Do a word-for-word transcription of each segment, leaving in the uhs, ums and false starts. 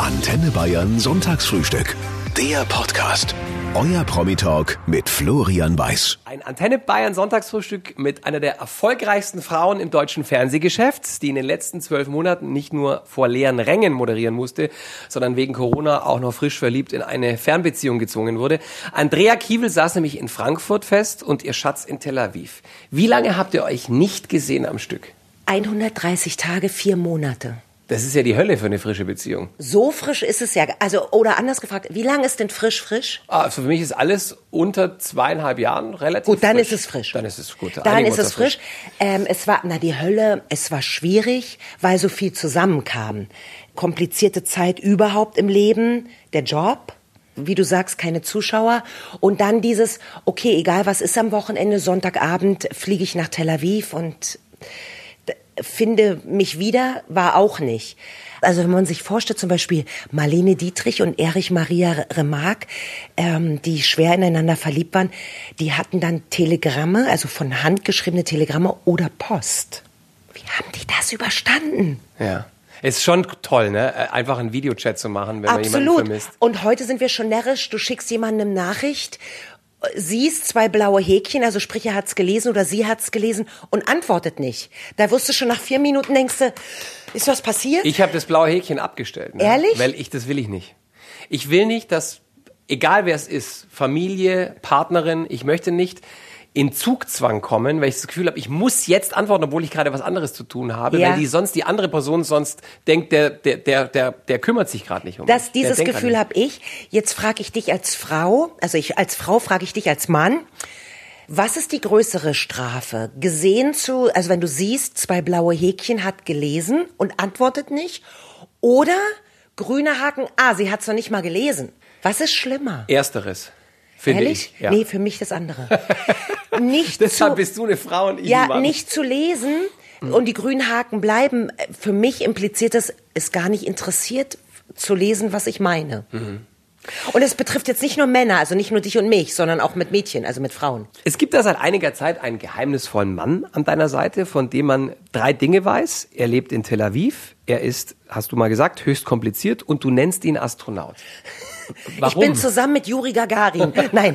Antenne Bayern Sonntagsfrühstück. Der Podcast. Euer Promi-Talk mit Florian Weiß. Ein Antenne Bayern Sonntagsfrühstück mit einer der erfolgreichsten Frauen im deutschen Fernsehgeschäft, die in den letzten zwölf Monaten nicht nur vor leeren Rängen moderieren musste, sondern wegen Corona auch noch frisch verliebt in eine Fernbeziehung gezwungen wurde. Andrea Kiewel saß nämlich in Frankfurt fest und ihr Schatz in Tel Aviv. Wie lange habt ihr euch nicht gesehen am Stück? hundertdreißig Tage, vier Monate. Das ist ja die Hölle für eine frische Beziehung. So frisch ist es ja. Also, oder anders gefragt, wie lange ist denn frisch frisch? Also für mich ist alles unter zweieinhalb Jahren relativ Gut, dann frisch. ist es frisch. Dann ist es gut. Dann ist es frisch. Ähm, es war, na, die Hölle, es war schwierig, weil so viel zusammenkam. Komplizierte Zeit überhaupt im Leben, der Job, wie du sagst, keine Zuschauer. Und dann dieses, okay, egal was ist am Wochenende, Sonntagabend fliege ich nach Tel Aviv und finde mich wieder, war auch nicht. Also wenn man sich vorstellt, zum Beispiel Marlene Dietrich und Erich Maria Remarque, ähm, die schwer ineinander verliebt waren, die hatten dann Telegramme, also von Hand geschriebene Telegramme oder Post. Wie haben die das überstanden? Ja. Ist schon toll, ne? Einfach einen Videochat zu machen, wenn Absolut. man jemanden vermisst. Und heute sind wir schon närrisch. Du schickst jemandem eine Nachricht, siehst zwei blaue Häkchen, also sprich, er hat's gelesen oder sie hat's gelesen und antwortet nicht. Da wirst du schon nach vier Minuten denkst du, ist was passiert? Ich habe das blaue Häkchen abgestellt. Ne? Ehrlich? Weil ich, das will ich nicht. Ich will nicht, dass, egal wer es ist, Familie, Partnerin, ich möchte nicht in Zugzwang kommen, weil ich das Gefühl habe, ich muss jetzt antworten, obwohl ich gerade was anderes zu tun habe, ja. weil die sonst die andere Person sonst denkt, der der der der, der kümmert sich gerade nicht um das, mich. Dieses der Gefühl habe ich. Jetzt frage ich dich als Frau, also ich als Frau frage ich dich als Mann, was ist die größere Strafe? Gesehen zu, also wenn du siehst, zwei blaue Häkchen hat gelesen und antwortet nicht, oder grüne Haken, ah, sie hat's noch nicht mal gelesen. Was ist schlimmer? Ersteres. Finde Ehrlich? ich. Ja. Nee, für mich das andere. Nicht Deshalb zu, bist du eine Frau und ich ja, ein Mann. nicht zu lesen und die grünen Haken bleiben. Für mich impliziert das, ist gar nicht interessiert zu lesen, was ich meine. Mhm. Und es betrifft jetzt nicht nur Männer, also nicht nur dich und mich, sondern auch mit Mädchen, also mit Frauen. Es gibt da seit einiger Zeit einen geheimnisvollen Mann an deiner Seite, von dem man drei Dinge weiß. Er lebt in Tel Aviv, er ist, hast du mal gesagt, höchst kompliziert und du nennst ihn Astronaut. Warum? Ich bin zusammen mit Juri Gagarin. Nein.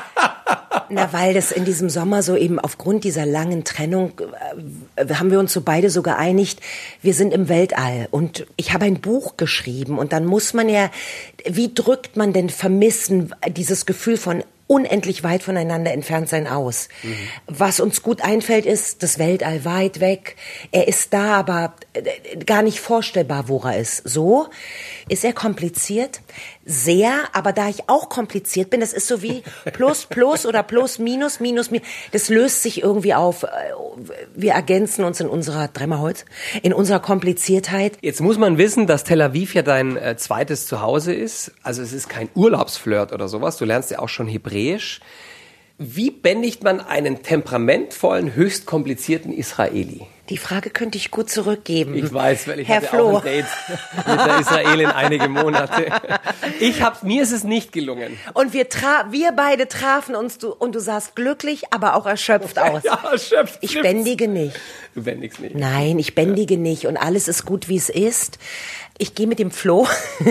Na, weil das in diesem Sommer so eben aufgrund dieser langen Trennung, äh, haben wir uns so beide so geeinigt, wir sind im Weltall. Und ich habe ein Buch geschrieben und dann muss man ja, wie drückt man denn Vermissen, dieses Gefühl von unendlich weit voneinander entfernt sein aus. Mhm. Was uns gut einfällt, ist das Weltall weit weg. Er ist da, aber gar nicht vorstellbar, wo er ist. So ist er kompliziert. Sehr, aber da ich auch kompliziert bin, das ist so wie plus, plus oder plus, minus, minus, minus. Das löst sich irgendwie auf. Wir ergänzen uns in unserer, dreimal Holz, in unserer Kompliziertheit. Jetzt muss man wissen, dass Tel Aviv ja dein äh, zweites Zuhause ist. Also es ist kein Urlaubsflirt oder sowas. Du lernst ja auch schon Hebräisch. Wie bändigt man einen temperamentvollen, höchst komplizierten Israeli? Die Frage könnte ich gut zurückgeben. Ich weiß, weil ich Herr hatte Flo. auch ein Date mit der Israelin einige Monate. Ich hab, mir ist es nicht gelungen. Und wir, tra- wir beide trafen uns du, und du sahst glücklich, aber auch erschöpft aus. Ja, erschöpft. Ich bändige nicht. Du bändigst nicht. Nein, ich bändige ja. nicht und alles ist gut, wie es ist. Ich gehe mit dem Flow.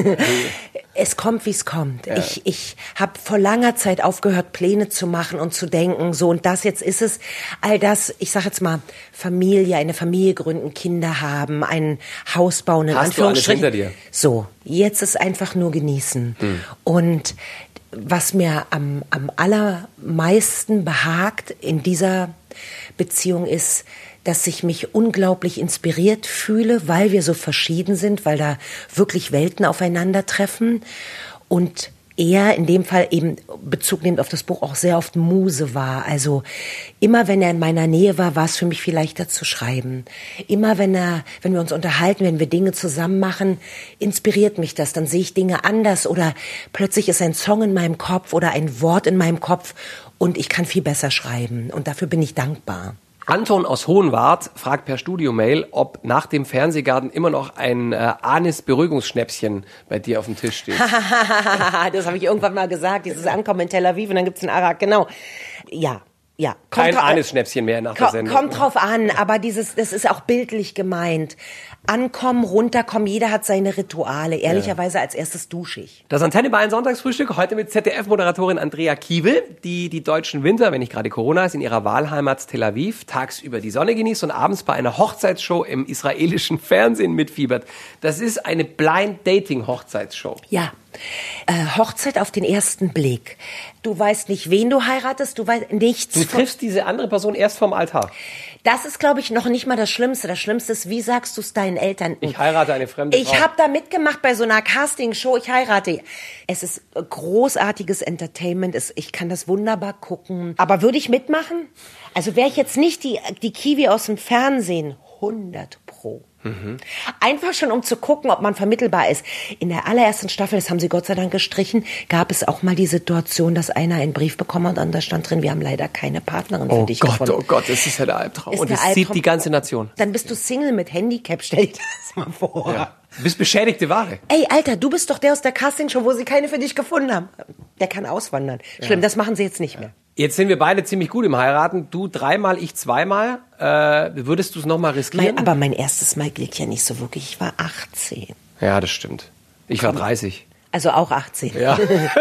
Es kommt, wie es kommt. Ja. Ich, ich habe vor langer Zeit aufgehört, Pläne zu machen und zu denken, so und das, jetzt ist es. All das, ich sage jetzt mal, Familie, eine Familie gründen, Kinder haben, ein Haus bauen, in Hast du alles Anführungsstrichen. hinter dir? So, jetzt ist einfach nur genießen. Hm. Und was mir am, am allermeisten behagt in dieser Beziehung ist, dass ich mich unglaublich inspiriert fühle, weil wir so verschieden sind, weil da wirklich Welten aufeinandertreffen und er in dem Fall eben Bezug nehmend auf das Buch auch sehr oft Muse war. Also immer wenn er in meiner Nähe war, war es für mich viel leichter zu schreiben. Immer wenn er, wenn wir uns unterhalten, wenn wir Dinge zusammen machen, inspiriert mich das. Dann sehe ich Dinge anders oder plötzlich ist ein Song in meinem Kopf oder ein Wort in meinem Kopf und ich kann viel besser schreiben. Und dafür bin ich dankbar. Anton aus Hohenwart fragt per Studiomail, ob nach dem Fernsehgarten immer noch ein äh, Anis-Beruhigungsschnäpschen bei dir auf dem Tisch steht. Das habe ich irgendwann mal gesagt, dieses Ankommen in Tel Aviv und dann gibt's einen Arak, genau. Ja, Ja, kein Anis-Schnäpschen mehr nach der Sendung. Kommt drauf an, aber dieses, das ist auch bildlich gemeint. Ankommen, runterkommen, jeder hat seine Rituale. Ehrlicherweise als erstes dusche ich. Das Antenne Bayern Sonntagsfrühstück heute mit Z D F-Moderatorin Andrea Kiewel, die die deutschen Winter, wenn nicht gerade Corona ist, in ihrer Wahlheimat Tel Aviv tagsüber die Sonne genießt und abends bei einer Hochzeitsshow im israelischen Fernsehen mitfiebert. Das ist eine Blind-Dating-Hochzeitsshow. Ja. Äh, Hochzeit auf den ersten Blick. Du weißt nicht, wen du heiratest, du weißt nichts. Du triffst diese andere Person erst vom Altar. Das ist, glaube ich, noch nicht mal das Schlimmste. Das Schlimmste ist, wie sagst du es deinen Eltern? Ich heirate eine fremde Frau. Ich habe da mitgemacht bei so einer Castingshow. Ich heirate. Es ist großartiges Entertainment. Ich kann das wunderbar gucken. Aber würde ich mitmachen? Also wäre ich jetzt nicht die, die Kiwi aus dem Fernsehen, hundert Pro. Mhm. Einfach schon, um zu gucken, ob man vermittelbar ist. In der allerersten Staffel, das haben sie Gott sei Dank gestrichen, gab es auch mal die Situation, dass einer einen Brief bekommen hat und da stand drin, wir haben leider keine Partnerin für oh dich Gott, gefunden. Oh Gott, das ist ja der Albtraum. Ist und der das Albtraum. sieht die ganze Nation. Dann bist du Single mit Handicap, stell dir das mal vor. Ja. Du bist beschädigte Ware. Ey, Alter, du bist doch der aus der Castingshow, wo sie keine für dich gefunden haben. Der kann auswandern. Schlimm, ja. Das machen sie jetzt nicht mehr. Jetzt sind wir beide ziemlich gut im Heiraten. Du dreimal, ich zweimal. Äh, würdest du es nochmal riskieren? Mein, aber mein erstes Mal gilt ja nicht so wirklich. Ich war achtzehn. Ja, das stimmt. Ich war dreißig. Also auch achtzehn. Ja.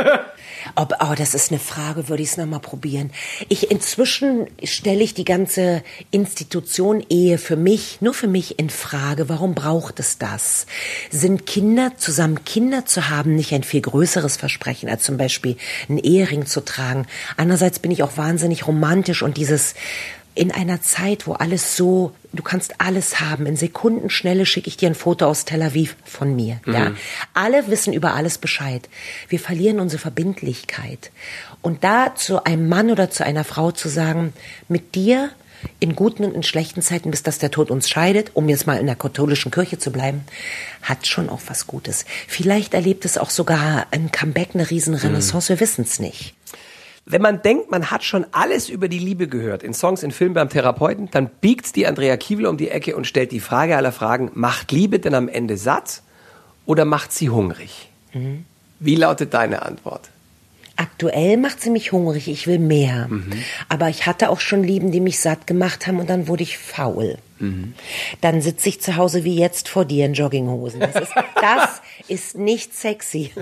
Ob, oh, das ist eine Frage, würde ich es nochmal probieren. Ich, inzwischen stelle ich die ganze Institution Ehe für mich, nur für mich in Frage. Warum braucht es das? Sind Kinder, zusammen Kinder zu haben, nicht ein viel größeres Versprechen, als zum Beispiel einen Ehering zu tragen? Andererseits bin ich auch wahnsinnig romantisch und dieses... In einer Zeit, wo alles so, du kannst alles haben. In Sekundenschnelle schicke ich dir ein Foto aus Tel Aviv von mir. Mhm. Ja? Alle wissen über alles Bescheid. Wir verlieren unsere Verbindlichkeit. Und da zu einem Mann oder zu einer Frau zu sagen, mit dir in guten und in schlechten Zeiten, bis dass der Tod uns scheidet, um jetzt mal in der katholischen Kirche zu bleiben, hat schon auch was Gutes. Vielleicht erlebt es auch sogar ein Comeback, eine Riesenrenaissance, mhm. wir wissen es nicht. Wenn man denkt, man hat schon alles über die Liebe gehört, in Songs, in Filmen, beim Therapeuten, dann biegt die Andrea Kiewel um die Ecke und stellt die Frage aller Fragen, macht Liebe denn am Ende satt oder macht sie hungrig? Mhm. Wie lautet deine Antwort? Aktuell macht sie mich hungrig, ich will mehr. Mhm. Aber ich hatte auch schon Lieben, die mich satt gemacht haben und dann wurde ich faul. Mhm. Dann sitze ich zu Hause wie jetzt vor dir in Jogginghosen. Das ist, das ist nicht sexy.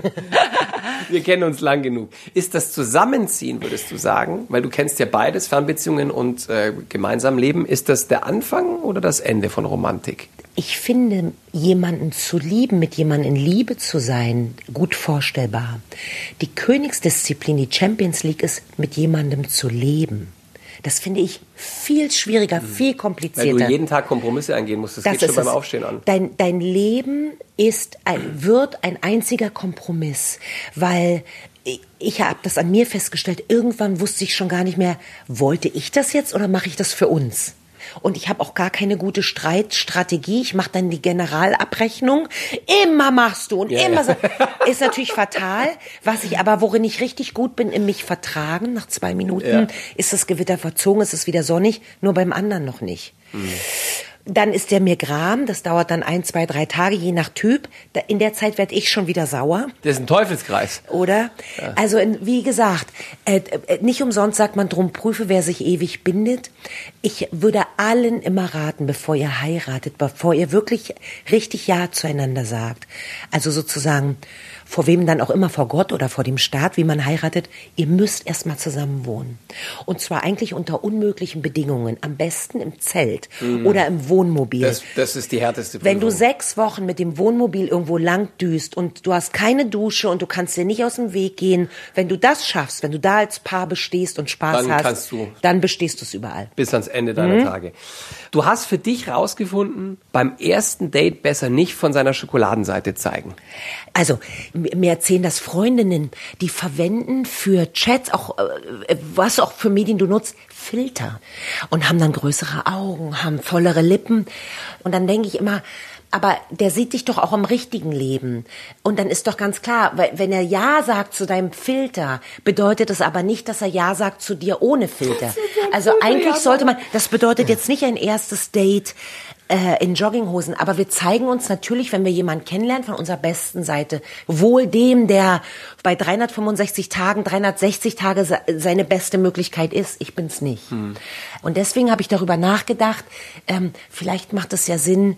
Wir kennen uns lang genug. Ist das Zusammenziehen, würdest du sagen, weil du kennst ja beides, Fernbeziehungen und äh, gemeinsam Leben, ist das der Anfang oder das Ende von Romantik? Ich finde, jemanden zu lieben, mit jemandem in Liebe zu sein, gut vorstellbar. Die Königsdisziplin, die Champions League, ist, mit jemandem zu leben. Das finde ich viel schwieriger, mhm. viel komplizierter. Weil du jeden Tag Kompromisse eingehen musst. Das, das geht schon beim Aufstehen an. Dein, dein Leben ist ein, wird ein einziger Kompromiss, weil ich, ich habe das an mir festgestellt. Irgendwann wusste ich schon gar nicht mehr, wollte ich das jetzt oder mache ich das für uns? Und ich habe auch gar keine gute Streitstrategie. Ich mache dann die Generalabrechnung. Immer machst du und ja, immer so. Ist natürlich fatal. Was ich aber, worin ich richtig gut bin, in mich vertragen. Nach zwei Minuten ja. ist das Gewitter verzogen, es ist wieder sonnig. Nur beim anderen noch nicht. Mhm. Dann ist der mir gram, das dauert dann ein, zwei, drei Tage, je nach Typ. In der Zeit werde ich schon wieder sauer. Das ist ein Teufelskreis. Oder? Ja. Also wie gesagt, äh, nicht umsonst sagt man drum, prüfe, wer sich ewig bindet. Ich würde allen immer raten, bevor ihr heiratet, bevor ihr wirklich richtig Ja zueinander sagt. Also sozusagen, vor wem dann auch immer, vor Gott oder vor dem Staat, wie man heiratet, ihr müsst erstmal zusammen wohnen. Und zwar eigentlich unter unmöglichen Bedingungen. Am besten im Zelt mhm. oder im Wohnmobil. Das, das ist die härteste Prüfung. Wenn du sechs Wochen mit dem Wohnmobil irgendwo lang düst und du hast keine Dusche und du kannst dir nicht aus dem Weg gehen, wenn du das schaffst, wenn du da als Paar bestehst und Spaß dann hast, kannst du dann bestehst du es überall. Bis ans Ende deiner mhm. Tage. Du hast für dich rausgefunden, beim ersten Date besser nicht von seiner Schokoladenseite zeigen. Also, mir erzählen das Freundinnen, die verwenden für Chats, auch äh, was auch für Medien du nutzt, Filter. Und haben dann größere Augen, haben vollere Lippen. Und dann denke ich immer, aber der sieht dich doch auch im richtigen Leben. Und dann ist doch ganz klar, wenn er Ja sagt zu deinem Filter, bedeutet das aber nicht, dass er Ja sagt zu dir ohne Filter. Also eigentlich sollte man, das bedeutet jetzt nicht ein erstes Date, äh, in Jogginghosen. Aber wir zeigen uns natürlich, wenn wir jemanden kennenlernen, von unserer besten Seite. Wohl dem, der bei dreihundertfünfundsechzig Tagen, dreihundertsechzig Tage se- seine beste Möglichkeit ist. Ich bin's nicht. Hm. Und deswegen habe ich darüber nachgedacht, ähm, vielleicht macht es ja Sinn,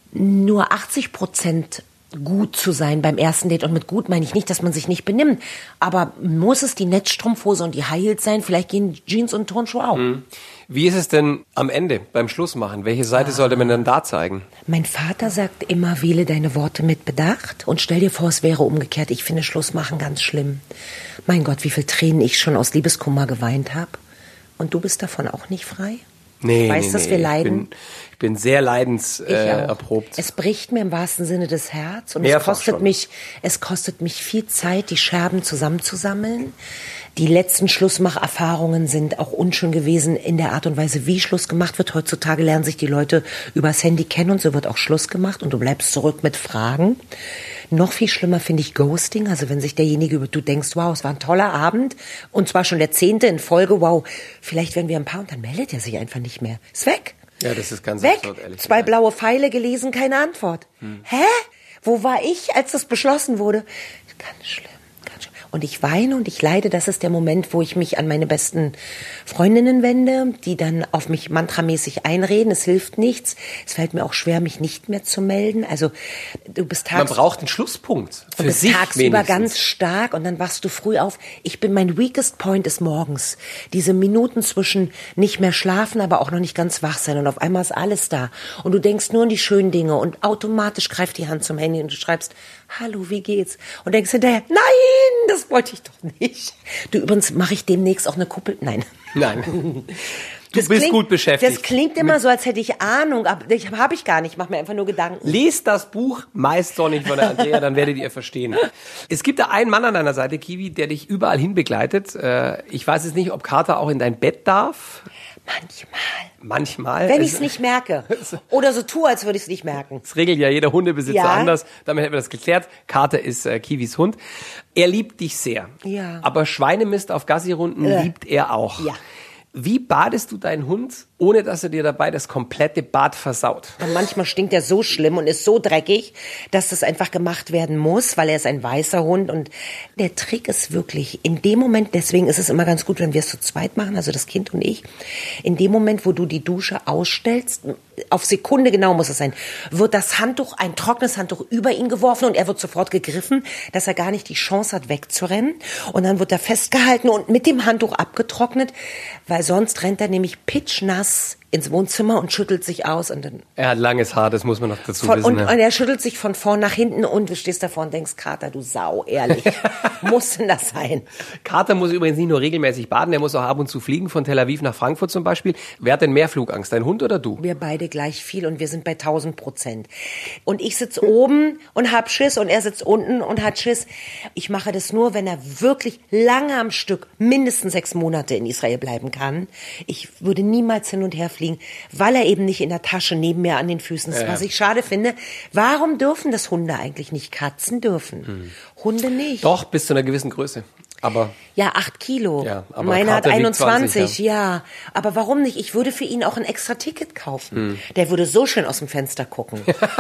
nur achtzig Prozent gut zu sein beim ersten Date. Und mit gut meine ich nicht, dass man sich nicht benimmt. Aber muss es die Netzstrumpfhose und die High Heels sein? Vielleicht gehen Jeans und Turnschuhe auch. Mhm. Wie ist es denn am Ende, beim Schlussmachen? Welche Seite ah. sollte man dann da zeigen? Mein Vater sagt immer, wähle deine Worte mit Bedacht und stell dir vor, es wäre umgekehrt. Ich finde Schlussmachen ganz schlimm. Mein Gott, wie viel Tränen ich schon aus Liebeskummer geweint habe. Und du bist davon auch nicht frei? Nee, weißt, nee, dass nee. wir leiden? Ich bin, ich bin sehr leidenserprobt. Äh, es bricht mir im wahrsten Sinne des Herz und Mehrfach es kostet schon. mich, es kostet mich viel Zeit, die Scherben zusammenzusammeln. Die letzten Schlussmacherfahrungen sind auch unschön gewesen in der Art und Weise, wie Schluss gemacht wird. Heutzutage lernen sich die Leute übers Handy kennen und so wird auch Schluss gemacht und du bleibst zurück mit Fragen. Noch viel schlimmer finde ich Ghosting, also wenn sich derjenige, du denkst, wow, es war ein toller Abend und zwar schon der zehnte in Folge, wow, vielleicht werden wir ein paar und dann meldet er sich einfach nicht mehr. Ist weg. Ja, das ist ganz weg. absurd, ehrlich Zwei gesagt. blaue Pfeile gelesen, keine Antwort. Hm. Hä? Wo war ich, als das beschlossen wurde? Ganz schlimm. Und ich weine und ich leide. Das ist der Moment, wo ich mich an meine besten Freundinnen wende, die dann auf mich mantramäßig einreden. Es hilft nichts. Es fällt mir auch schwer, mich nicht mehr zu melden. Also du bist tagsüber... Man braucht einen Schlusspunkt für und bist sich tagsüber wenigstens. ganz stark und dann wachst du früh auf. Ich bin, mein weakest point ist morgens. Diese Minuten zwischen nicht mehr schlafen, aber auch noch nicht ganz wach sein. Und auf einmal ist alles da. Und du denkst nur an die schönen Dinge und automatisch greift die Hand zum Handy und du schreibst, hallo, wie geht's? Und denkst hinterher, nein, das wollte ich doch nicht. Du, übrigens mache ich demnächst auch eine Kuppel. Nein. Nein. Du Das bist klingt, gut beschäftigt. Das klingt immer so, als hätte ich Ahnung, aber ich habe ich gar nicht. Ich mache mir einfach nur Gedanken. Lest das Buch Meist sonnig von der Andrea, dann werdet ihr verstehen. Es gibt da einen Mann an deiner Seite, Kiwi, der dich überall hin begleitet. Ich weiß jetzt nicht, ob Kater auch in dein Bett darf. Manchmal. Manchmal. Wenn ich es nicht merke. Oder so tue, als würde ich es nicht merken. Das regelt ja jeder Hundebesitzer Ja. anders. Damit hätten wir das geklärt. Kater ist äh, Kiwis Hund. Er liebt dich sehr. Ja. Aber Schweinemist auf Gassi-Runden Äh. liebt er auch. Ja. Wie badest du deinen Hund, ohne dass er dir dabei das komplette Bad versaut? Und manchmal stinkt er so schlimm und ist so dreckig, dass das einfach gemacht werden muss, weil er ist ein weißer Hund. Und der Trick ist wirklich, in dem Moment, deswegen ist es immer ganz gut, wenn wir es zu zweit machen, also das Kind und ich, in dem Moment, wo du die Dusche ausstellst, auf Sekunde genau muss es sein, wird das Handtuch, ein trockenes Handtuch über ihn geworfen und er wird sofort gegriffen, dass er gar nicht die Chance hat, wegzurennen. Und dann wird er festgehalten und mit dem Handtuch abgetrocknet, weil sonst rennt er nämlich pitschnass ins Wohnzimmer und schüttelt sich aus. Und dann Er hat langes Haar, das muss man noch dazu von, wissen. und, ja. und er schüttelt sich von vorn nach hinten und du stehst davor und denkst, Kater, du Sau, ehrlich, muss denn das sein? Kater muss übrigens nicht nur regelmäßig baden, der muss auch ab und zu fliegen, von Tel Aviv nach Frankfurt zum Beispiel. Wer hat denn mehr Flugangst, dein Hund oder du? Wir beide gleich viel und wir sind bei tausend Prozent. Und ich sitze oben und hab Schiss und er sitzt unten und hat Schiss. Ich mache das nur, wenn er wirklich lange am Stück, mindestens sechs Monate in Israel bleiben kann. Ich würde niemals hin und her fliegen, weil er eben nicht in der Tasche neben mir an den Füßen ist. Ja. Was ich schade finde, warum dürfen das Hunde eigentlich nicht? Katzen dürfen. Hm. Hunde nicht. Doch, bis zu einer gewissen Größe. Aber Ja, acht Kilo. Ja, aber Meine hat Kater wiegt einundzwanzig, zwanzig, ja. Aber warum nicht? Ich würde für ihn auch ein extra Ticket kaufen. Hm. Der würde so schön aus dem Fenster gucken.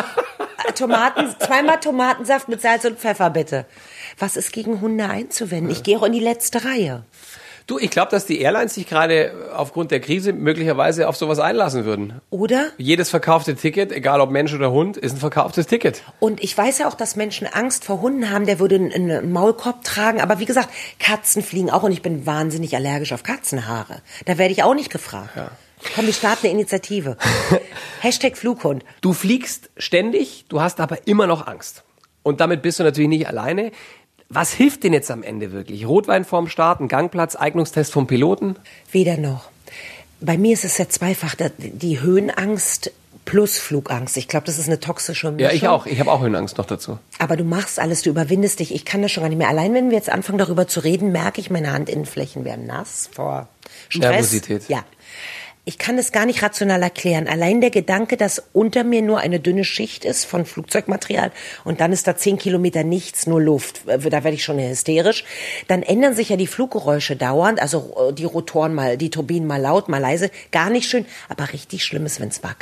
Tomaten, zweimal Tomatensaft mit Salz und Pfeffer, bitte. Was ist gegen Hunde einzuwenden? Ich gehe auch in die letzte Reihe. du, ich glaube, dass die Airlines sich gerade aufgrund der Krise möglicherweise auf sowas einlassen würden. Oder? Jedes verkaufte Ticket, egal ob Mensch oder Hund, ist ein verkauftes Ticket. Und ich weiß ja auch, dass Menschen Angst vor Hunden haben, der würde einen, einen Maulkorb tragen. Aber wie gesagt, Katzen fliegen auch und ich bin wahnsinnig allergisch auf Katzenhaare. Da werde ich auch nicht gefragt. Ja. Komm, wir starten eine Initiative. Hashtag Flughund. Du fliegst ständig, du hast aber immer noch Angst. Und damit bist du natürlich nicht alleine. Was hilft denn jetzt am Ende wirklich? Rotwein vorm Start, ein Gangplatz, Eignungstest vom Piloten? Weder noch. Bei mir ist es ja zweifach, die Höhenangst plus Flugangst. Ich glaube, das ist eine toxische Mischung. Ja, ich auch. Ich habe auch Höhenangst noch dazu. Aber du machst alles, du überwindest dich. Ich kann das schon gar nicht mehr. Allein wenn wir jetzt anfangen, darüber zu reden, merke ich, meine Handinnenflächen werden nass vor Stress. Nervosität. Ja. Ich kann es gar nicht rational erklären. Allein der Gedanke, dass unter mir nur eine dünne Schicht ist von Flugzeugmaterial und dann ist da zehn Kilometer nichts, nur Luft. Da werde ich schon hysterisch. Dann ändern sich ja die Fluggeräusche dauernd. Also die Rotoren mal, die Turbinen mal laut, mal leise. Gar nicht schön, aber richtig schlimm ist, wenn es wackelt.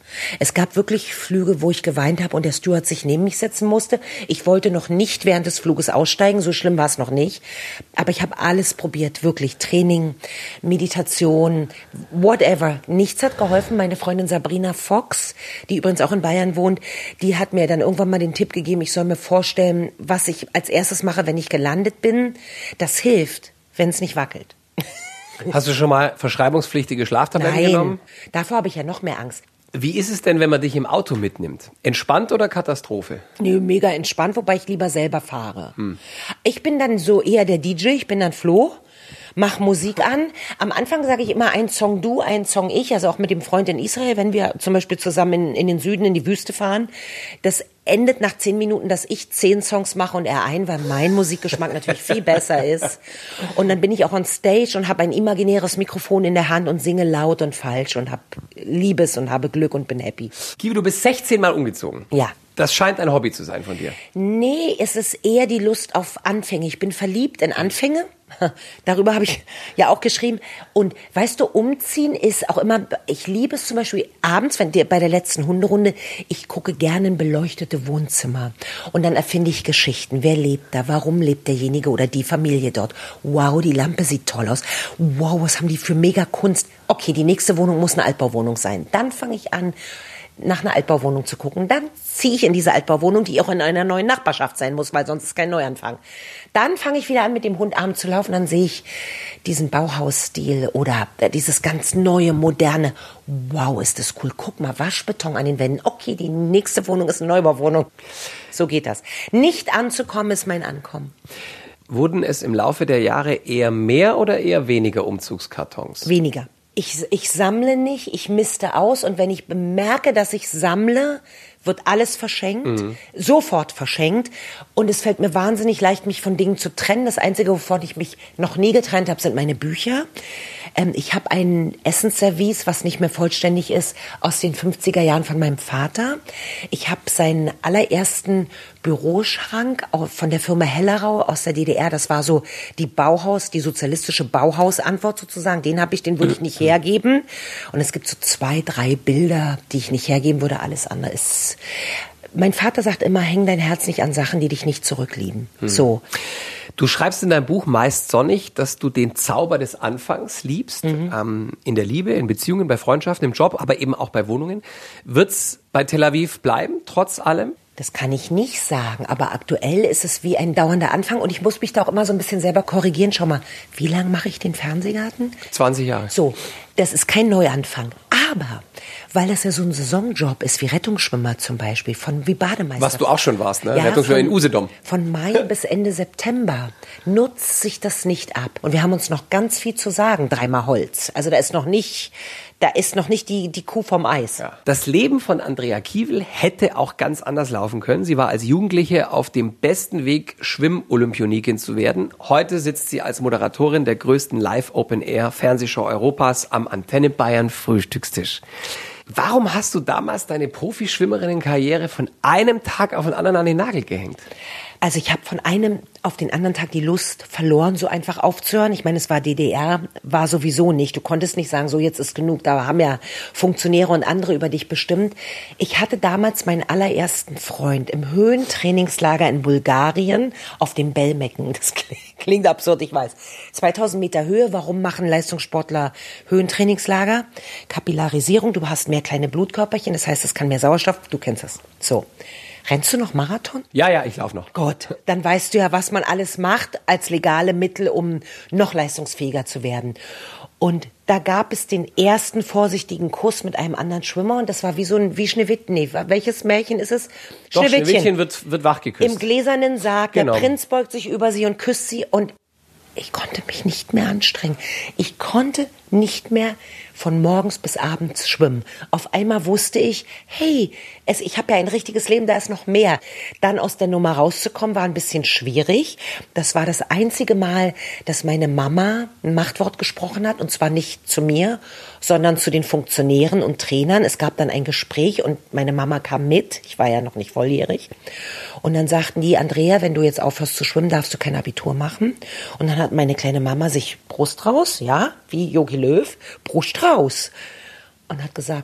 Es gab wirklich Flüge, wo ich geweint habe und der Steward sich neben mich setzen musste. Ich wollte noch nicht während des Fluges aussteigen, so schlimm war es noch nicht. Aber ich habe alles probiert, wirklich. Training, Meditation, whatever. Nichts hat geholfen. Meine Freundin Sabrina Fox, die übrigens auch in Bayern wohnt, die hat mir dann irgendwann mal den Tipp gegeben, ich soll mir vorstellen, was ich als erstes mache, wenn ich gelandet bin. Das hilft, wenn es nicht wackelt. Hast du schon mal verschreibungspflichtige Schlaftabletten Nein, genommen? Davor habe ich ja noch mehr Angst. Wie ist es denn, wenn man dich im Auto mitnimmt? Entspannt oder Katastrophe? Nö, mega entspannt, wobei ich lieber selber fahre. Hm. Ich bin dann so eher der D J, ich bin dann Flo, mach Musik an. Am Anfang sage ich immer, ein Song du, ein Song ich, also auch mit dem Freund in Israel, wenn wir zum Beispiel zusammen in, in den Süden, in die Wüste fahren. Das endet nach zehn Minuten, dass ich zehn Songs mache und er ein, weil mein Musikgeschmack natürlich viel besser ist. Und dann bin ich auch on stage und habe ein imaginäres Mikrofon in der Hand und singe laut und falsch und habe Liebes und habe Glück und bin happy. Kiwi, du bist sechzehn Mal umgezogen. Ja. Das scheint ein Hobby zu sein von dir. Nee, es ist eher die Lust auf Anfänge. Ich bin verliebt in Anfänge. Darüber habe ich ja auch geschrieben. Und weißt du, umziehen ist auch immer, ich liebe es zum Beispiel abends, wenn bei der letzten Hunderunde, ich gucke gerne in beleuchtete Wohnzimmer. Und dann erfinde ich Geschichten. Wer lebt da? Warum lebt derjenige oder die Familie dort? Wow, die Lampe sieht toll aus. Wow, was haben die für mega Kunst? Okay, die nächste Wohnung muss eine Altbauwohnung sein. Dann fange ich an, nach einer Altbauwohnung zu gucken. Dann ziehe ich in diese Altbauwohnung, die auch in einer neuen Nachbarschaft sein muss, weil sonst ist kein Neuanfang. Dann fange ich wieder an, mit dem Hund abends zu laufen. Dann sehe ich diesen Bauhausstil oder dieses ganz neue, moderne. Wow, ist das cool. Guck mal, Waschbeton an den Wänden. Okay, die nächste Wohnung ist eine Neubauwohnung. So geht das. Nicht anzukommen ist mein Ankommen. Wurden es im Laufe der Jahre eher mehr oder eher weniger Umzugskartons? Weniger. Ich, ich sammle nicht, ich misste aus und wenn ich bemerke, dass ich sammle, wird alles verschenkt, mhm. sofort verschenkt und es fällt mir wahnsinnig leicht, mich von Dingen zu trennen. Das Einzige, wovon ich mich noch nie getrennt habe, sind meine Bücher. Ähm, ich habe ein Essensservice, was nicht mehr vollständig ist, aus den fünfziger Jahren von meinem Vater. Ich habe seinen allerersten Büroschrank von der Firma Hellerau aus der D D R. Das war so die Bauhaus, die sozialistische Bauhausantwort sozusagen. Den habe ich, den würde ich nicht hergeben. Und es gibt so zwei, drei Bilder, die ich nicht hergeben würde. Alles andere ist... Mein Vater sagt immer, häng dein Herz nicht an Sachen, die dich nicht zurücklieben. Hm. So. Du schreibst in deinem Buch meist sonnig, dass du den Zauber des Anfangs liebst, mhm. ähm, in der Liebe, in Beziehungen, bei Freundschaften, im Job, aber eben auch bei Wohnungen. Wird's bei Tel Aviv bleiben, trotz allem? Das kann ich nicht sagen, aber aktuell ist es wie ein dauernder Anfang und ich muss mich da auch immer so ein bisschen selber korrigieren. Schau mal, wie lange mache ich den Fernsehgarten? zwanzig Jahre. So, das ist kein Neuanfang. Aber, weil das ja so ein Saisonjob ist, wie Rettungsschwimmer zum Beispiel, von wie Bademeister. Was du auch schon warst, ne? Ja, Rettungsschwimmer von, in Usedom. Von Mai bis Ende September nutzt sich das nicht ab. Und wir haben uns noch ganz viel zu sagen, dreimal Holz. Also da ist noch nicht... Da ist noch nicht die, die Kuh vom Eis. Ja. Das Leben von Andrea Kiewel hätte auch ganz anders laufen können. Sie war als Jugendliche auf dem besten Weg, Schwimm-Olympionikin zu werden. Heute sitzt sie als Moderatorin der größten Live-Open-Air-Fernsehshow Europas am Antenne Bayern Frühstückstisch. Warum hast du damals deine Profischwimmerinnenkarriere von einem Tag auf den anderen an den Nagel gehängt? Also ich habe von einem auf den anderen Tag die Lust verloren, so einfach aufzuhören. Ich meine, es war D D R, war sowieso nicht. Du konntest nicht sagen, so jetzt ist genug. Da haben ja Funktionäre und andere über dich bestimmt. Ich hatte damals meinen allerersten Freund im Höhentrainingslager in Bulgarien auf dem Belmecken. Das klingt absurd, ich weiß. zweitausend Meter Höhe. Warum machen Leistungssportler Höhentrainingslager? Kapillarisierung. Du hast mehr kleine Blutkörperchen. Das heißt, es kann mehr Sauerstoff. Du kennst das. So. Rennst du noch Marathon? Ja, ja, ich laufe noch. Gut, dann weißt du ja, was man alles macht als legale Mittel, um noch leistungsfähiger zu werden. Und da gab es den ersten vorsichtigen Kuss mit einem anderen Schwimmer und das war wie so ein, wie Schneewittchen. Nee, welches Märchen ist es? Doch, Schneewittchen. Schneewittchen wird, wird wach geküsst. Im gläsernen Sarg, genau. Der Prinz beugt sich über sie und küsst sie und ich konnte mich nicht mehr anstrengen. Ich konnte nicht mehr von morgens bis abends schwimmen. Auf einmal wusste ich, hey, es, ich habe ja ein richtiges Leben, da ist noch mehr. Dann aus der Nummer rauszukommen, war ein bisschen schwierig. Das war das einzige Mal, dass meine Mama ein Machtwort gesprochen hat. Und zwar nicht zu mir, sondern zu den Funktionären und Trainern. Es gab dann ein Gespräch und meine Mama kam mit. Ich war ja noch nicht volljährig. Und dann sagten die, Andrea, wenn du jetzt aufhörst zu schwimmen, darfst du kein Abitur machen. Und dann hat meine kleine Mama sich Brust raus, ja, wie Jogi Löw, Brust raus. Und hat gesagt,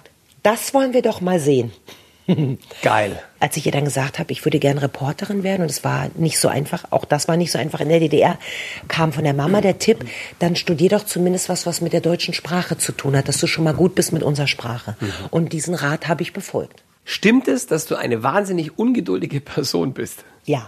Das wollen wir doch mal sehen. Geil. Als ich ihr dann gesagt habe, ich würde gerne Reporterin werden, und es war nicht so einfach, auch das war nicht so einfach in der D D R, kam von der Mama der Tipp, dann studier doch zumindest was, was mit der deutschen Sprache zu tun hat, dass du schon mal gut bist mit unserer Sprache. Mhm. Und diesen Rat habe ich befolgt. Stimmt es, dass du eine wahnsinnig ungeduldige Person bist? Ja.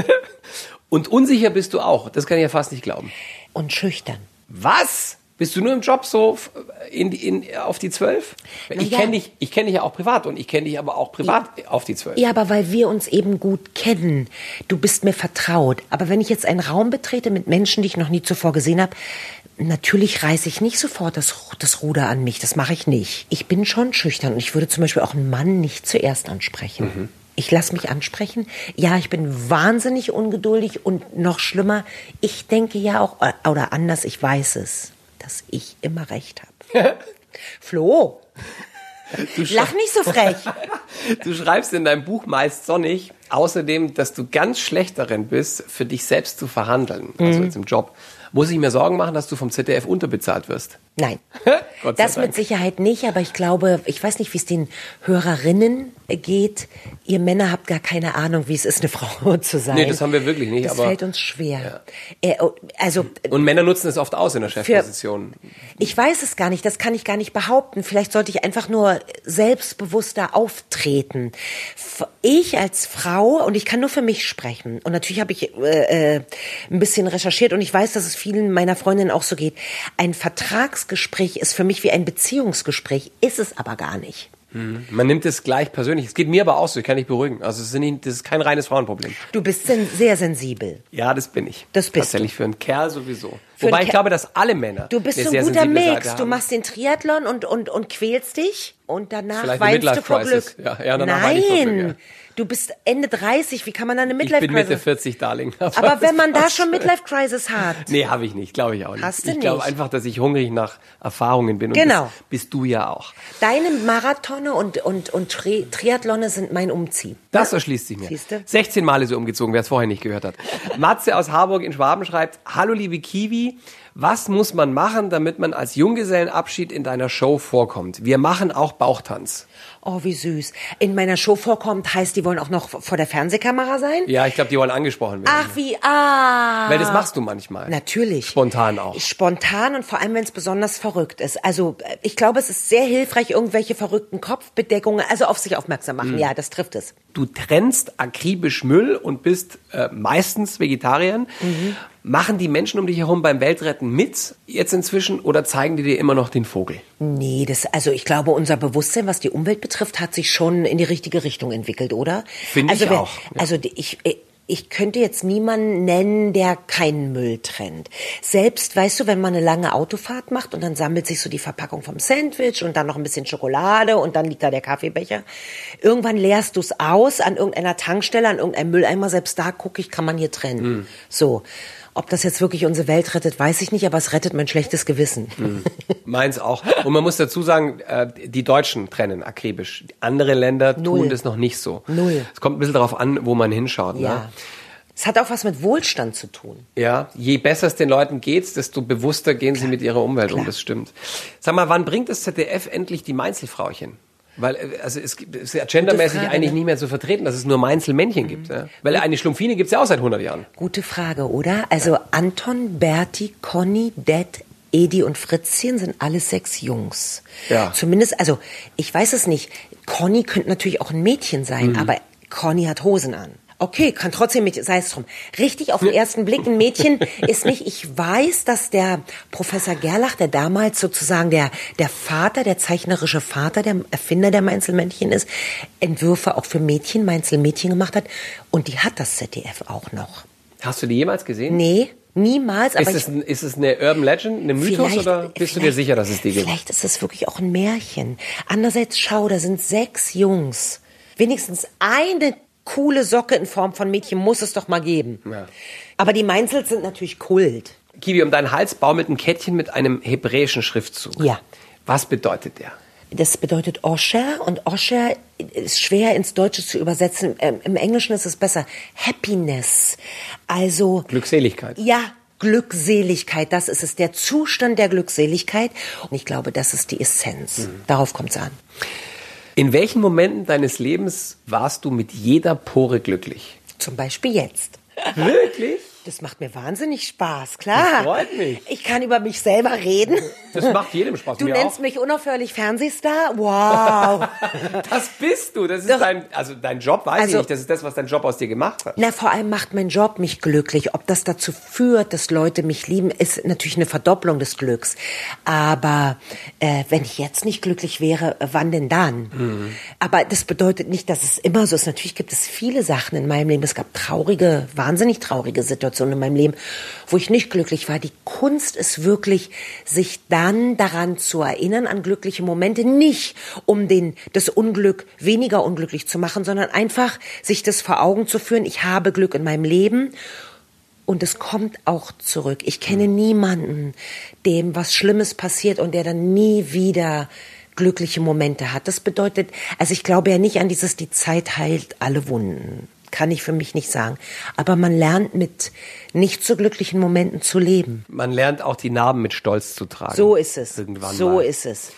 Und unsicher bist du auch. Das kann ich ja fast nicht glauben. Und schüchtern. Was? Bist du nur im Job so in, in, auf die zwölf? Ich ja. kenne dich, ich kenn dich ja auch privat und ich kenne dich aber auch privat ja. auf die zwölf. Ja, aber weil wir uns eben gut kennen. Du bist mir vertraut. Aber wenn ich jetzt einen Raum betrete mit Menschen, die ich noch nie zuvor gesehen habe, natürlich reiße ich nicht sofort das, das Ruder an mich. Das mache ich nicht. Ich bin schon schüchtern und ich würde zum Beispiel auch einen Mann nicht zuerst ansprechen. Mhm. Ich lasse mich ansprechen. Ja, ich bin wahnsinnig ungeduldig und noch schlimmer, ich denke ja auch, oder anders, ich weiß es, dass ich immer recht habe. Flo, lach nicht so frech. Du schreibst in deinem Buch meist sonnig, außerdem, dass du ganz schlecht darin bist, für dich selbst zu verhandeln, also mhm. jetzt im Job. Muss ich mir Sorgen machen, dass du vom Z D F unterbezahlt wirst? Nein, Gott sei das Dank. Mit Sicherheit nicht, aber ich glaube, ich weiß nicht, wie es den Hörerinnen geht. Ihr Männer habt gar keine Ahnung, wie es ist, eine Frau zu sein. Nee, das haben wir wirklich nicht. Das aber fällt uns schwer. Ja. Äh, also, Und Männer nutzen es oft aus in der Chefposition. Ich weiß es gar nicht, das kann ich gar nicht behaupten. Vielleicht sollte ich einfach nur selbstbewusster auftreten. Ich als Frau, und ich kann nur für mich sprechen, und natürlich habe ich äh, ein bisschen recherchiert und ich weiß, dass es vielen meiner Freundinnen auch so geht. Ein Vertragsgespräch ist für mich wie ein Beziehungsgespräch, ist es aber gar nicht. Man nimmt es gleich persönlich. Es geht mir aber auch so, ich kann dich beruhigen. Also es ist nicht, das ist kein reines Frauenproblem. Du bist sen- sehr sensibel. Ja, das bin ich. Das bist Tatsächlich du. für einen Kerl sowieso. Für Wobei einen ich Ke- glaube, dass alle Männer Du bist eine so sehr ein guter sensible Mix. Seite Du haben. machst den Triathlon und, und, und quälst dich und danach Vielleicht eine weinst du vor Midlife-Crisis. Glück. Ja, ja, danach weine ich vor Glück, Nein, ja. du bist Ende dreißig. Wie kann man dann eine Ich bin Mitte Midlife-Crisis? vierzig, Darling. Aber wenn man da schon Midlife-Crisis hat. Nee, habe ich nicht, glaube ich auch nicht. Hast du ich glaube nicht? einfach, dass ich hungrig nach Erfahrungen bin. Und Genau. das bist du ja auch. Deine Marathone und, und, und Tri- Triathlone sind mein Umziehen. Das erschließt sich mir. Siehste? sechzehn Mal ist er umgezogen, wer es vorher nicht gehört hat. Matze aus Harburg in Schwaben schreibt, hallo liebe Kiwi, was muss man machen, damit man als Junggesellenabschied in deiner Show vorkommt? Wir machen auch Bauchtanz. Oh, wie süß. In meiner Show vorkommt, heißt, die wollen auch noch vor der Fernsehkamera sein? Ja, ich glaube, die wollen angesprochen werden. Ach, wie, ah. Weil das machst du manchmal. Natürlich. Spontan auch. Spontan und vor allem, wenn es besonders verrückt ist. Also ich glaube, es ist sehr hilfreich, irgendwelche verrückten Kopfbedeckungen, also auf sich aufmerksam machen. Mhm. Ja, das trifft es. Du trennst akribisch Müll und bist äh, meistens Vegetarierin. Mhm. Machen die Menschen um dich herum beim Weltretten mit jetzt inzwischen oder zeigen die dir immer noch den Vogel? Nee, das, also ich glaube, unser Bewusstsein, was die Umwelt betrifft, hat sich schon in die richtige Richtung entwickelt, oder? Finde also, ich wer, auch. Ja. Also ich, ich könnte jetzt niemanden nennen, der keinen Müll trennt. Selbst, weißt du, wenn man eine lange Autofahrt macht und dann sammelt sich so die Verpackung vom Sandwich und dann noch ein bisschen Schokolade und dann liegt da der Kaffeebecher. Irgendwann leerst du es aus an irgendeiner Tankstelle, an irgendeinem Mülleimer. Selbst da gucke ich, kann man hier trennen. Mm. So. Ob das jetzt wirklich unsere Welt rettet, weiß ich nicht, aber es rettet mein schlechtes Gewissen. Mhm. Meins auch. Und man muss dazu sagen, die Deutschen trennen akribisch. Andere Länder Null. tun das noch nicht so. Null. Es kommt ein bisschen darauf an, wo man hinschaut. Ja. Ne? Es hat auch was mit Wohlstand zu tun. Ja, je besser es den Leuten geht, desto bewusster gehen Klar. sie mit ihrer Umwelt Klar. um. Das stimmt. Sag mal, wann bringt das Z D F endlich die Mainzelfrauchen? Weil also es ist ja gendermäßig Frage, eigentlich ne? nicht mehr zu vertreten, dass es nur Mainzelmännchen mhm. gibt. Ja? Weil eine Schlumpfine gibt's ja auch seit hundert Jahren. Gute Frage, oder? Also ja. Anton, Berti, Conny, Det, Edi und Fritzchen sind alles sechs Jungs. Ja. Zumindest, also ich weiß es nicht. Conny könnte natürlich auch ein Mädchen sein, mhm. aber Conny hat Hosen an. Okay, kann trotzdem mit, sei es drum. Richtig auf den ersten Blick, ein Mädchen ist nicht, ich weiß, dass der Professor Gerlach, der damals sozusagen der, der Vater, der zeichnerische Vater, der Erfinder der Mainzelmännchen ist, Entwürfe auch für Mädchen, Mainzelmädchen gemacht hat. Und die hat das Z D F auch noch. Hast du die jemals gesehen? Nee, niemals. Aber ist, es ein, ist es eine Urban Legend, eine Mythos oder bist du dir sicher, dass es die gibt? Vielleicht ist es wirklich auch ein Märchen. Andererseits, schau, da sind sechs Jungs. Wenigstens eine coole Socke in Form von Mädchen muss es doch mal geben. Ja. Aber die Mainzels sind natürlich Kult. Kiwi, um deinen Hals baumelt ein Kettchen mit einem hebräischen Schriftzug. Ja. Was bedeutet der? Das bedeutet Osher und Osher ist schwer ins Deutsche zu übersetzen. Ähm, Im Englischen ist es besser. Happiness. Also. Glückseligkeit. Ja. Glückseligkeit, das ist es, der Zustand der Glückseligkeit. Und ich glaube, das ist die Essenz. Mhm. Darauf kommt es an. In welchen Momenten deines Lebens warst du mit jeder Pore glücklich? Zum Beispiel jetzt. Wirklich? Das macht mir wahnsinnig Spaß, klar. Das freut mich. Ich kann über mich selber reden. Das macht jedem Spaß. Du mir nennst auch. mich unaufhörlich Fernsehstar? Wow. Das bist du. Das ist Doch. dein, also dein Job, weiß Also- ich nicht. Das ist das, was dein Job aus dir gemacht hat. Na, vor allem macht mein Job mich glücklich. Ob das dazu führt, dass Leute mich lieben, ist natürlich eine Verdopplung des Glücks. Aber äh, wenn ich jetzt nicht glücklich wäre, äh, wann denn dann? Mhm. Aber das bedeutet nicht, dass es immer so ist. Natürlich gibt es viele Sachen in meinem Leben. Es gab traurige, wahnsinnig traurige Situationen in meinem Leben, wo ich nicht glücklich war. Die Kunst ist wirklich, sich dann daran zu erinnern, an glückliche Momente, nicht um den, das Unglück weniger unglücklich zu machen, sondern einfach sich das vor Augen zu führen. Ich habe Glück in meinem Leben und es kommt auch zurück. Ich kenne niemanden, dem was Schlimmes passiert und der dann nie wieder glückliche Momente hat. Das bedeutet, also ich glaube ja nicht an dieses, die Zeit heilt alle Wunden. Kann ich für mich nicht sagen. Aber man lernt mit nicht so glücklichen Momenten zu leben. Man lernt auch die Narben mit Stolz zu tragen. So ist es. Irgendwann so mal. ist es.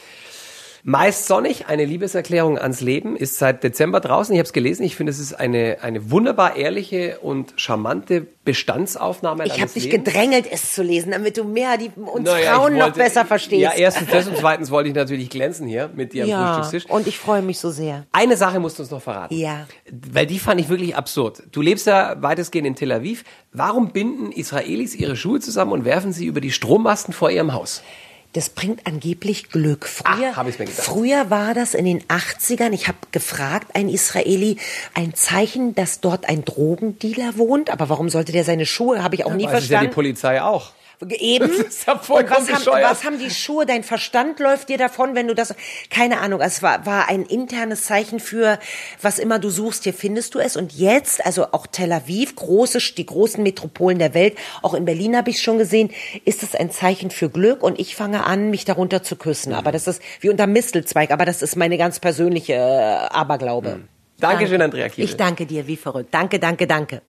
Meist sonnig, eine Liebeserklärung ans Leben, ist seit Dezember draußen. Ich habe es gelesen. Ich finde, es ist eine, eine wunderbar ehrliche und charmante Bestandsaufnahme Ich habe deines dich Lebens. gedrängelt, es zu lesen, damit du mehr die, uns Naja, Frauen ich noch wollte- besser verstehst. Ja, erstens das und zweitens wollte ich natürlich glänzen hier mit dir am Ja, Frühstückstisch. und ich freue mich so sehr. Eine Sache musst du uns noch verraten. Ja. Weil die fand ich wirklich absurd. Du lebst ja weitestgehend in Tel Aviv. Warum binden Israelis ihre Schuhe zusammen und werfen sie über die Strommasten vor ihrem Haus? Das bringt angeblich Glück. Früher, Ah, hab ich's mir gedacht. früher war das in den achtzigern, ich habe gefragt, ein Israeli, ein Zeichen, dass dort ein Drogendealer wohnt. Aber warum sollte der seine Schuhe, habe ich auch nie Das ist ja die verstanden. Polizei auch. Eben. Das ist ja vollkommen Und was, haben, bescheuert. was haben die Schuhe? Dein Verstand läuft dir davon, wenn du das... Keine Ahnung, es war, war ein internes Zeichen für, was immer du suchst, hier findest du es. Und jetzt, also auch Tel Aviv, große, die großen Metropolen der Welt, auch in Berlin habe ich schon gesehen, ist es ein Zeichen für Glück. Und ich fange an, mich darunter zu küssen. Aber das ist wie unter Mistelzweig. Aber das ist meine ganz persönliche äh, Aberglaube. Dankeschön, Andrea Kiel. Ich danke dir, wie verrückt. Danke, danke, danke.